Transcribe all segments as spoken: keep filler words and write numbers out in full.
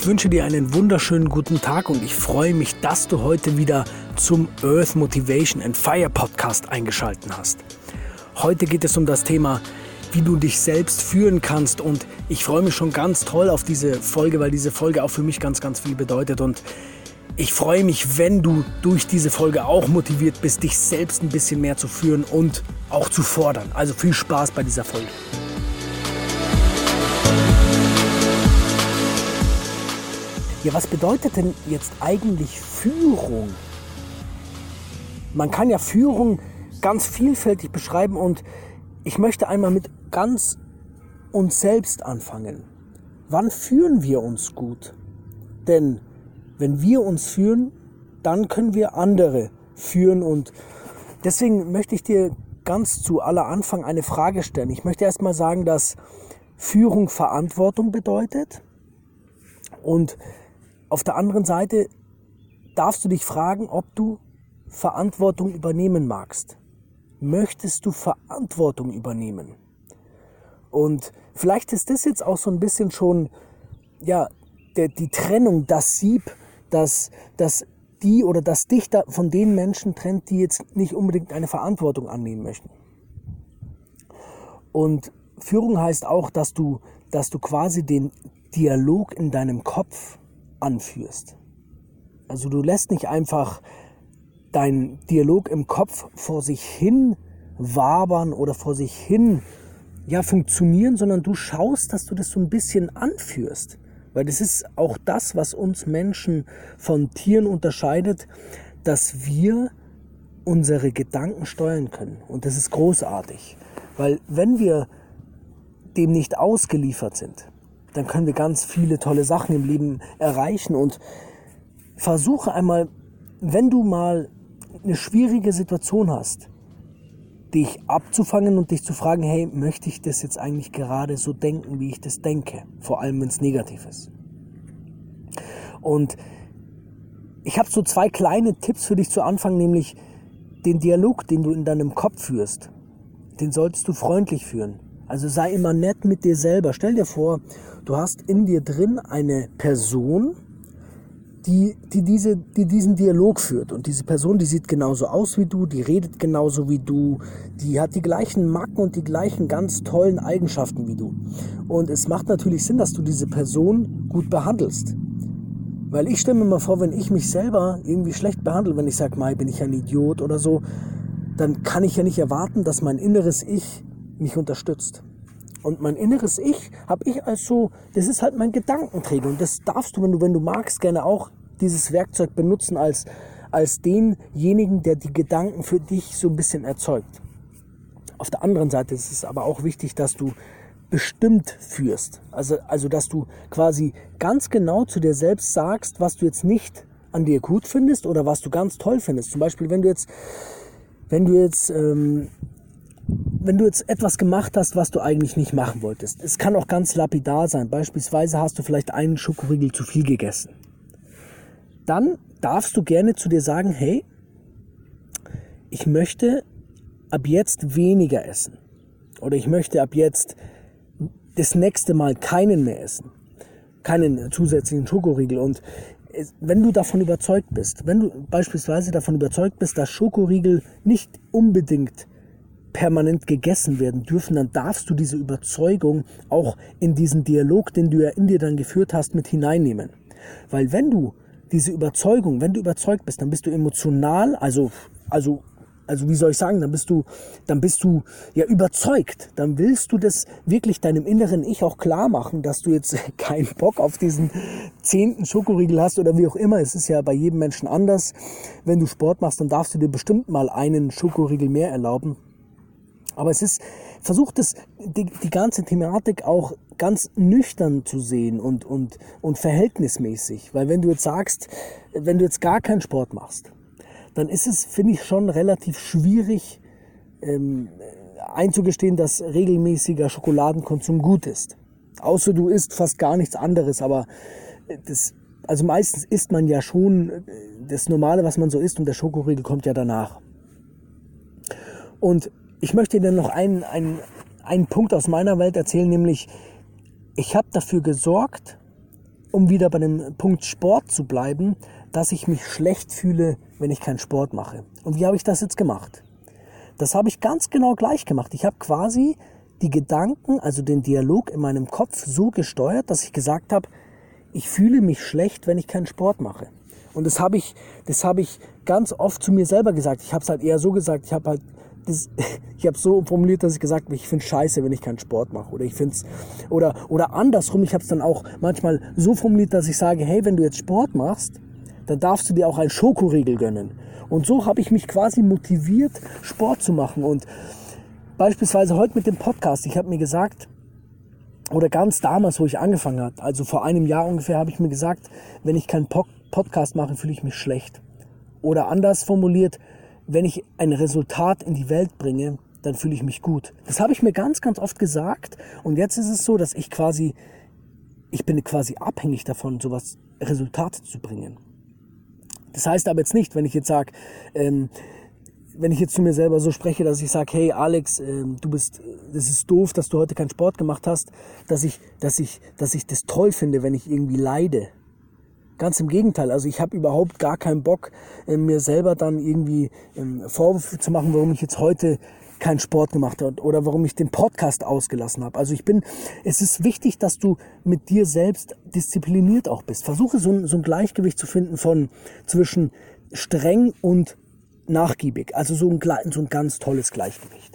Ich wünsche dir einen wunderschönen guten Tag und ich freue mich, dass du heute wieder zum Earth Motivation and Fire Podcast eingeschaltet hast. Heute geht es um das Thema, wie du dich selbst führen kannst, und ich freue mich schon ganz toll auf diese Folge, weil diese Folge auch für mich ganz, ganz viel bedeutet, und ich freue mich, wenn du durch diese Folge auch motiviert bist, dich selbst ein bisschen mehr zu führen und auch zu fordern. Also viel Spaß bei dieser Folge. Ja, was bedeutet denn jetzt eigentlich Führung? Man kann ja Führung ganz vielfältig beschreiben, und ich möchte einmal mit ganz uns selbst anfangen. Wann führen wir uns gut? Denn wenn wir uns führen, dann können wir andere führen, und deswegen möchte ich dir ganz zu aller Anfang eine Frage stellen. Ich möchte erstmal sagen, dass Führung Verantwortung bedeutet, und auf der anderen Seite darfst du dich fragen, ob du Verantwortung übernehmen magst. Möchtest du Verantwortung übernehmen? Und vielleicht ist das jetzt auch so ein bisschen schon, ja, der, die Trennung, das Sieb, das, das die oder das dich da von den Menschen trennt, die jetzt nicht unbedingt eine Verantwortung annehmen möchten. Und Führung heißt auch, dass du, dass du quasi den Dialog in deinem Kopf anführst. Also du lässt nicht einfach deinen Dialog im Kopf vor sich hin wabern oder vor sich hin ja, funktionieren, sondern du schaust, dass du das so ein bisschen anführst. Weil das ist auch das, was uns Menschen von Tieren unterscheidet, dass wir unsere Gedanken steuern können. Und das ist großartig. Weil wenn wir dem nicht ausgeliefert sind, dann können wir ganz viele tolle Sachen im Leben erreichen. Und versuche einmal, wenn du mal eine schwierige Situation hast, dich abzufangen und dich zu fragen, hey, möchte ich das jetzt eigentlich gerade so denken, wie ich das denke? Vor allem, wenn es negativ ist. Und ich habe so zwei kleine Tipps für dich zu Anfang, nämlich den Dialog, den du in deinem Kopf führst, den solltest du freundlich führen. Also sei immer nett mit dir selber. Stell dir vor, du hast in dir drin eine Person, die, die, diese, die diesen Dialog führt. Und diese Person, die sieht genauso aus wie du, die redet genauso wie du, die hat die gleichen Macken und die gleichen ganz tollen Eigenschaften wie du. Und es macht natürlich Sinn, dass du diese Person gut behandelst. Weil ich stelle mir mal vor, wenn ich mich selber irgendwie schlecht behandle, wenn ich sage, Mai, bin ich ein Idiot oder so, dann kann ich ja nicht erwarten, dass mein inneres Ich mich unterstützt. Und mein inneres Ich habe ich als so, das ist halt mein Gedankenträger, und das darfst du, wenn du, wenn du magst, gerne auch dieses Werkzeug benutzen als, als denjenigen, der die Gedanken für dich so ein bisschen erzeugt. Auf der anderen Seite ist es aber auch wichtig, dass du bestimmt führst. Also, also dass du quasi ganz genau zu dir selbst sagst, was du jetzt nicht an dir gut findest oder was du ganz toll findest. Zum Beispiel, wenn du jetzt, wenn du jetzt, ähm, wenn du jetzt etwas gemacht hast, was du eigentlich nicht machen wolltest. Es kann auch ganz lapidar sein. Beispielsweise hast du vielleicht einen Schokoriegel zu viel gegessen. Dann darfst du gerne zu dir sagen, hey, ich möchte ab jetzt weniger essen. Oder ich möchte ab jetzt das nächste Mal keinen mehr essen. Keinen zusätzlichen Schokoriegel. Und wenn du davon überzeugt bist, wenn du beispielsweise davon überzeugt bist, dass Schokoriegel nicht unbedingt permanent gegessen werden dürfen, dann darfst du diese Überzeugung auch in diesen Dialog, den du ja in dir dann geführt hast, mit hineinnehmen. Weil wenn du diese Überzeugung, wenn du überzeugt bist, dann bist du emotional, also, also, also wie soll ich sagen, dann bist du, dann bist du ja überzeugt. Dann willst du das wirklich deinem inneren Ich auch klar machen, dass du jetzt keinen Bock auf diesen zehnten Schokoriegel hast oder wie auch immer. Es ist ja bei jedem Menschen anders. Wenn du Sport machst, dann darfst du dir bestimmt mal einen Schokoriegel mehr erlauben. Aber es ist, versucht es, die, die ganze Thematik auch ganz nüchtern zu sehen und, und, und verhältnismäßig. Weil wenn du jetzt sagst, wenn du jetzt gar keinen Sport machst, dann ist es, finde ich, schon relativ schwierig ähm, einzugestehen, dass regelmäßiger Schokoladenkonsum gut ist. Außer du isst fast gar nichts anderes, aber das, also meistens isst man ja schon das Normale, was man so isst, und der Schokoriegel kommt ja danach. Und ich möchte dir noch einen, einen, einen Punkt aus meiner Welt erzählen, nämlich ich habe dafür gesorgt, um wieder bei dem Punkt Sport zu bleiben, dass ich mich schlecht fühle, wenn ich keinen Sport mache. Und wie habe ich das jetzt gemacht? Das habe ich ganz genau gleich gemacht. Ich habe quasi die Gedanken, also den Dialog in meinem Kopf so gesteuert, dass ich gesagt habe, ich fühle mich schlecht, wenn ich keinen Sport mache. Und das habe ich, das habe ich ganz oft zu mir selber gesagt. Ich habe es halt eher so gesagt, ich habe halt das, ich habe so formuliert, dass ich gesagt habe, ich finde es scheiße, wenn ich keinen Sport mache. Oder ich finde es, oder, oder andersrum, ich habe es dann auch manchmal so formuliert, dass ich sage, hey, wenn du jetzt Sport machst, dann darfst du dir auch einen Schokoriegel gönnen. Und so habe ich mich quasi motiviert, Sport zu machen. Und beispielsweise heute mit dem Podcast, ich habe mir gesagt, oder ganz damals, wo ich angefangen habe, also vor einem Jahr ungefähr, habe ich mir gesagt, wenn ich keinen Podcast mache, fühle ich mich schlecht. Oder anders formuliert, wenn ich ein Resultat in die Welt bringe, dann fühle ich mich gut. Das habe ich mir ganz, ganz oft gesagt. Und jetzt ist es so, dass ich quasi, ich bin quasi abhängig davon, sowas Resultate zu bringen. Das heißt aber jetzt nicht, wenn ich jetzt sage, ähm, wenn ich jetzt zu mir selber so spreche, dass ich sage, hey Alex, ähm, du bist, das ist doof, dass du heute keinen Sport gemacht hast, dass ich, dass ich, dass ich das toll finde, wenn ich irgendwie leide. Ganz im Gegenteil, also ich habe überhaupt gar keinen Bock, äh, mir selber dann irgendwie ähm, Vorwürfe zu machen, warum ich jetzt heute keinen Sport gemacht habe oder warum ich den Podcast ausgelassen habe. Also ich bin, es ist wichtig, dass du mit dir selbst diszipliniert auch bist. Versuche so ein, so ein Gleichgewicht zu finden von zwischen streng und nachgiebig. Also so ein, so ein ganz tolles Gleichgewicht.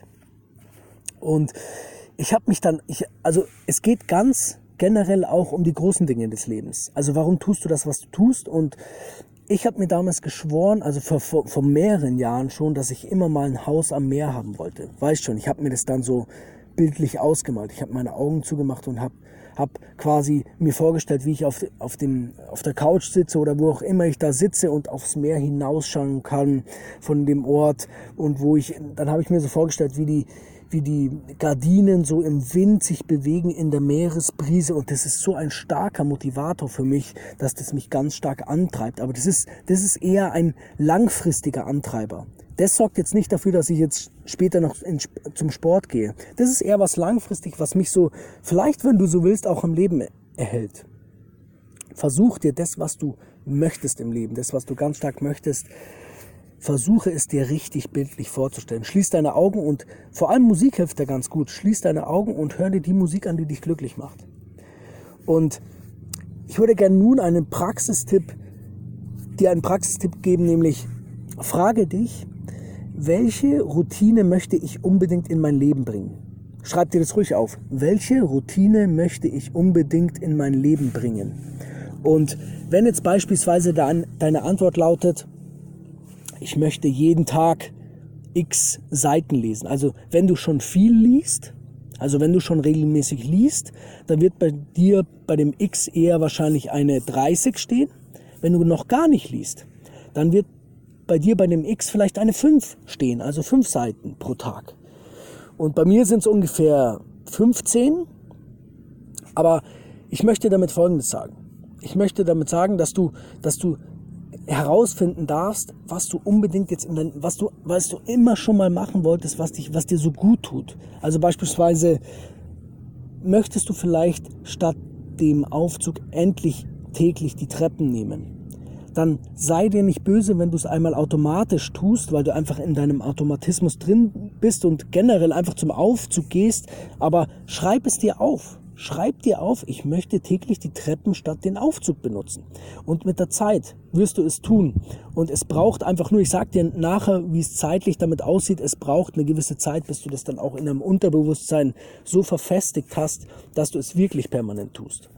Und ich habe mich dann, ich, also es geht ganz generell auch um die großen Dinge des Lebens. Also warum tust du das, was du tust? Und ich habe mir damals geschworen, also vor, vor, vor mehreren Jahren schon, dass ich immer mal ein Haus am Meer haben wollte. Weißt schon, ich habe mir das dann so bildlich ausgemalt. Ich habe meine Augen zugemacht und habe hab quasi mir vorgestellt, wie ich auf, auf, dem, auf der Couch sitze oder wo auch immer ich da sitze und aufs Meer hinausschauen kann von dem Ort. Und wo ich, dann habe ich mir so vorgestellt, wie die wie die Gardinen so im Wind sich bewegen in der Meeresbrise. Und das ist so ein starker Motivator für mich, dass das mich ganz stark antreibt. Aber das ist, das ist eher ein langfristiger Antreiber. Das sorgt jetzt nicht dafür, dass ich jetzt später noch in, zum Sport gehe. Das ist eher was langfristig, was mich so, vielleicht, wenn du so willst, auch am Leben erhält. Versuch dir das, was du möchtest im Leben, das, was du ganz stark möchtest, versuche es dir richtig bildlich vorzustellen. Schließ deine Augen und vor allem Musik hilft dir ganz gut. Schließ deine Augen und hör dir die Musik an, die dich glücklich macht. Und ich würde gerne nun einen Praxistipp, dir einen Praxistipp geben, nämlich frage dich, welche Routine möchte ich unbedingt in mein Leben bringen? Schreib dir das ruhig auf. Welche Routine möchte ich unbedingt in mein Leben bringen? Und wenn jetzt beispielsweise deine Antwort lautet, ich möchte jeden Tag x Seiten lesen. Also wenn du schon viel liest, also wenn du schon regelmäßig liest, dann wird bei dir bei dem X eher wahrscheinlich eine dreißig stehen. Wenn du noch gar nicht liest, dann wird bei dir bei dem X vielleicht eine fünf stehen, also fünf Seiten pro Tag. Und bei mir sind es ungefähr fünfzehn. Aber ich möchte damit Folgendes sagen. Ich möchte damit sagen, dass du, dass du herausfinden darfst, was du unbedingt jetzt in dein, was du, was du immer schon mal machen wolltest, was dich, was dir so gut tut. Also beispielsweise möchtest du vielleicht statt dem Aufzug endlich täglich die Treppen nehmen. Dann sei dir nicht böse, wenn du es einmal automatisch tust, weil du einfach in deinem Automatismus drin bist und generell einfach zum Aufzug gehst, aber schreib es dir auf. Schreib dir auf, ich möchte täglich die Treppen statt den Aufzug benutzen. Und mit der Zeit wirst du es tun. Und es braucht einfach nur, ich sag dir nachher, wie es zeitlich damit aussieht, es braucht eine gewisse Zeit, bis du das dann auch in deinem Unterbewusstsein so verfestigt hast, dass du es wirklich permanent tust.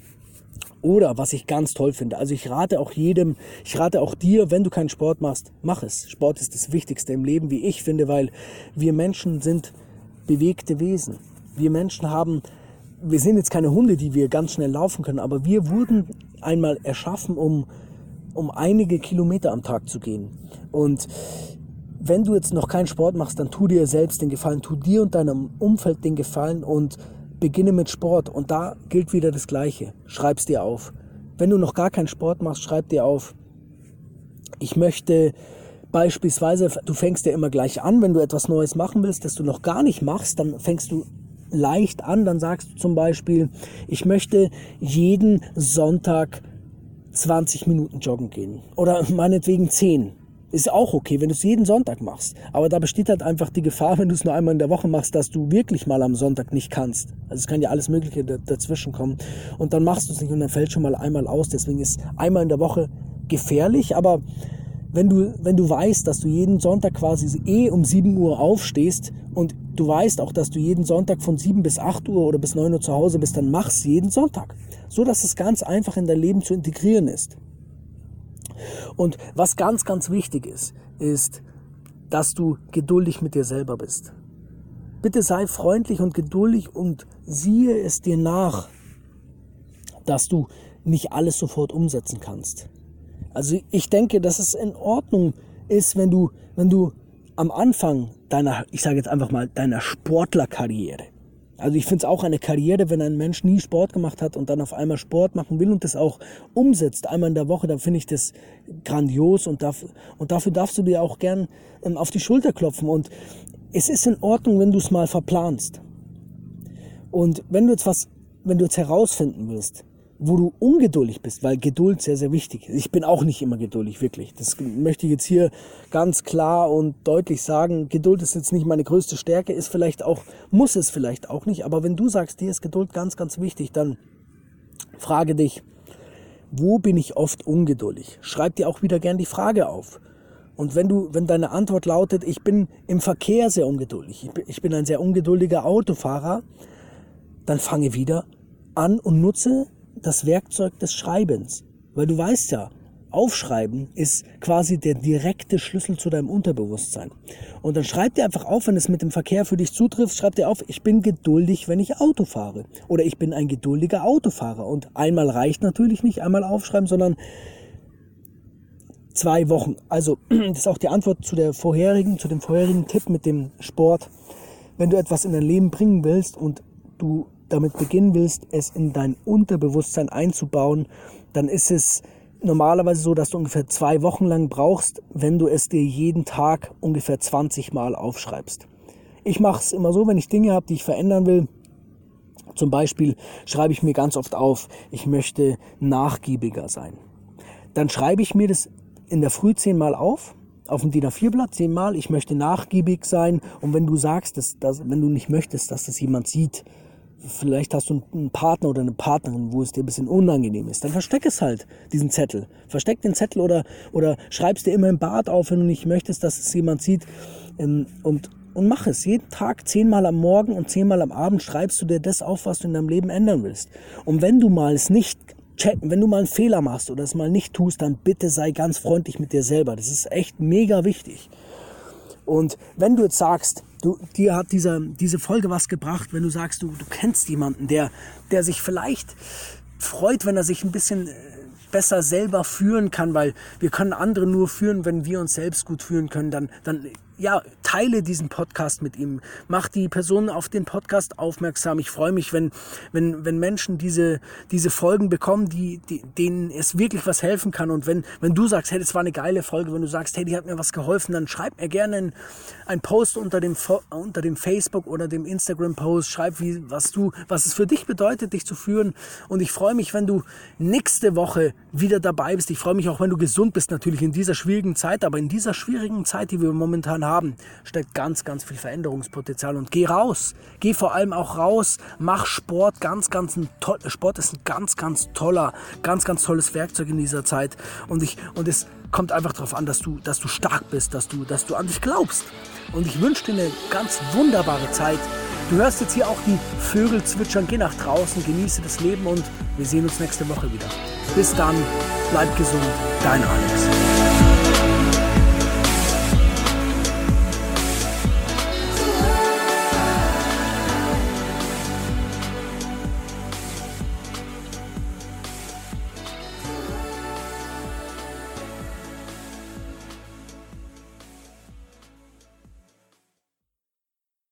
Oder, was ich ganz toll finde, also ich rate auch jedem, ich rate auch dir, wenn du keinen Sport machst, mach es. Sport ist das Wichtigste im Leben, wie ich finde, weil wir Menschen sind bewegte Wesen. Wir Menschen haben Wir sind jetzt keine Hunde, die wir ganz schnell laufen können, aber wir wurden einmal erschaffen, um, um einige Kilometer am Tag zu gehen. Und wenn du jetzt noch keinen Sport machst, dann tu dir selbst den Gefallen, tu dir und deinem Umfeld den Gefallen und beginne mit Sport. Und da gilt wieder das Gleiche. Schreib's dir auf. Wenn du noch gar keinen Sport machst, schreib dir auf. Ich möchte beispielsweise, du fängst ja immer gleich an, wenn du etwas Neues machen willst, das du noch gar nicht machst, dann fängst du leicht an, dann sagst du zum Beispiel, ich möchte jeden Sonntag zwanzig Minuten joggen gehen oder meinetwegen zehn. Ist auch okay, wenn du es jeden Sonntag machst. Aber da besteht halt einfach die Gefahr, wenn du es nur einmal in der Woche machst, dass du wirklich mal am Sonntag nicht kannst. Also es kann ja alles Mögliche dazwischen kommen. Und dann machst du es nicht und dann fällt schon mal einmal aus. Deswegen ist einmal in der Woche gefährlich. Aber wenn du, wenn du weißt, dass du jeden Sonntag quasi eh um sieben Uhr aufstehst und du weißt auch, dass du jeden Sonntag von sieben bis acht Uhr oder bis neun Uhr zu Hause bist, dann mach's jeden Sonntag. So, dass es ganz einfach in dein Leben zu integrieren ist. Und was ganz, ganz wichtig ist, ist, dass du geduldig mit dir selber bist. Bitte sei freundlich und geduldig und siehe es dir nach, dass du nicht alles sofort umsetzen kannst. Also ich denke, dass es in Ordnung ist, wenn du, wenn du am Anfang deiner, ich sage jetzt einfach mal, deiner Sportlerkarriere, also ich finde es auch eine Karriere, wenn ein Mensch nie Sport gemacht hat und dann auf einmal Sport machen will und das auch umsetzt, einmal in der Woche, dann finde ich das grandios und, darf, und dafür darfst du dir auch gern ähm, auf die Schulter klopfen. Und es ist in Ordnung, wenn du es mal verplanst. Und wenn du jetzt was, wenn du jetzt herausfinden willst, wo du ungeduldig bist, weil Geduld sehr, sehr wichtig ist. Ich bin auch nicht immer geduldig, wirklich. Das möchte ich jetzt hier ganz klar und deutlich sagen. Geduld ist jetzt nicht meine größte Stärke, ist vielleicht auch, muss es vielleicht auch nicht. Aber wenn du sagst, dir ist Geduld ganz, ganz wichtig, dann frage dich, wo bin ich oft ungeduldig? Schreib dir auch wieder gern die Frage auf. Und wenn du, wenn deine Antwort lautet, ich bin im Verkehr sehr ungeduldig, ich bin ein sehr ungeduldiger Autofahrer, dann fange wieder an und nutze das Werkzeug des Schreibens. Weil du weißt ja, Aufschreiben ist quasi der direkte Schlüssel zu deinem Unterbewusstsein. Und dann schreib dir einfach auf, wenn es mit dem Verkehr für dich zutrifft, schreib dir auf, ich bin geduldig, wenn ich Auto fahre. Oder ich bin ein geduldiger Autofahrer. Und einmal reicht natürlich nicht, einmal aufschreiben, sondern zwei Wochen. Also das ist auch die Antwort zu der vorherigen, zu dem vorherigen Tipp mit dem Sport. Wenn du etwas in dein Leben bringen willst und du damit beginnen willst, es in dein Unterbewusstsein einzubauen, dann ist es normalerweise so, dass du ungefähr zwei Wochen lang brauchst, wenn du es dir jeden Tag ungefähr zwanzig Mal aufschreibst. Ich mache es immer so, wenn ich Dinge habe, die ich verändern will. Zum Beispiel schreibe ich mir ganz oft auf, ich möchte nachgiebiger sein. Dann schreibe ich mir das in der Früh zehnmal auf, auf dem D I N A vier Blatt zehnmal, ich möchte nachgiebig sein. Und wenn du sagst, dass, dass, wenn du nicht möchtest, dass das jemand sieht, vielleicht hast du einen Partner oder eine Partnerin, wo es dir ein bisschen unangenehm ist, dann versteck es halt, diesen Zettel. Versteck den Zettel oder, oder schreib es dir immer im Bad auf, wenn du nicht möchtest, dass es jemand sieht. Und, und mach es. Jeden Tag zehnmal am Morgen und zehnmal am Abend schreibst du dir das auf, was du in deinem Leben ändern willst. Und wenn du mal es nicht checken, wenn du mal einen Fehler machst oder es mal nicht tust, dann bitte sei ganz freundlich mit dir selber. Das ist echt mega wichtig. Und wenn du jetzt sagst, du, dir hat dieser, diese Folge was gebracht, wenn du sagst, du, du kennst jemanden, der, der sich vielleicht freut, wenn er sich ein bisschen besser selber führen kann, weil wir können andere nur führen, wenn wir uns selbst gut führen können, dann, dann ja, teile diesen Podcast mit ihm. Mach die Person auf den Podcast aufmerksam. Ich freue mich, wenn, wenn, wenn Menschen diese, diese Folgen bekommen, die, die, denen es wirklich was helfen kann. Und wenn, wenn du sagst, hey, das war eine geile Folge, wenn du sagst, hey, die hat mir was geholfen, dann schreib mir gerne einen, einen Post unter dem, unter dem Facebook oder dem Instagram-Post. Schreib, wie, was du, was es für dich bedeutet, dich zu führen. Und ich freue mich, wenn du nächste Woche wieder dabei bist. Ich freue mich auch, wenn du gesund bist, natürlich in dieser schwierigen Zeit. Aber in dieser schwierigen Zeit, die wir momentan haben, steckt ganz, ganz viel Veränderungspotenzial. Und geh raus. Geh vor allem auch raus. Mach Sport. Ganz, ganz ein toll, Sport ist ein ganz, ganz toller, ganz, ganz tolles Werkzeug in dieser Zeit. Und ich, und es kommt einfach darauf an, dass du, dass du stark bist, dass du, dass du an dich glaubst. Und ich wünsche dir eine ganz wunderbare Zeit. Du hörst jetzt hier auch die Vögel zwitschern. Geh nach draußen, genieße das Leben und wir sehen uns nächste Woche wieder. Bis dann, bleib gesund, dein Alex.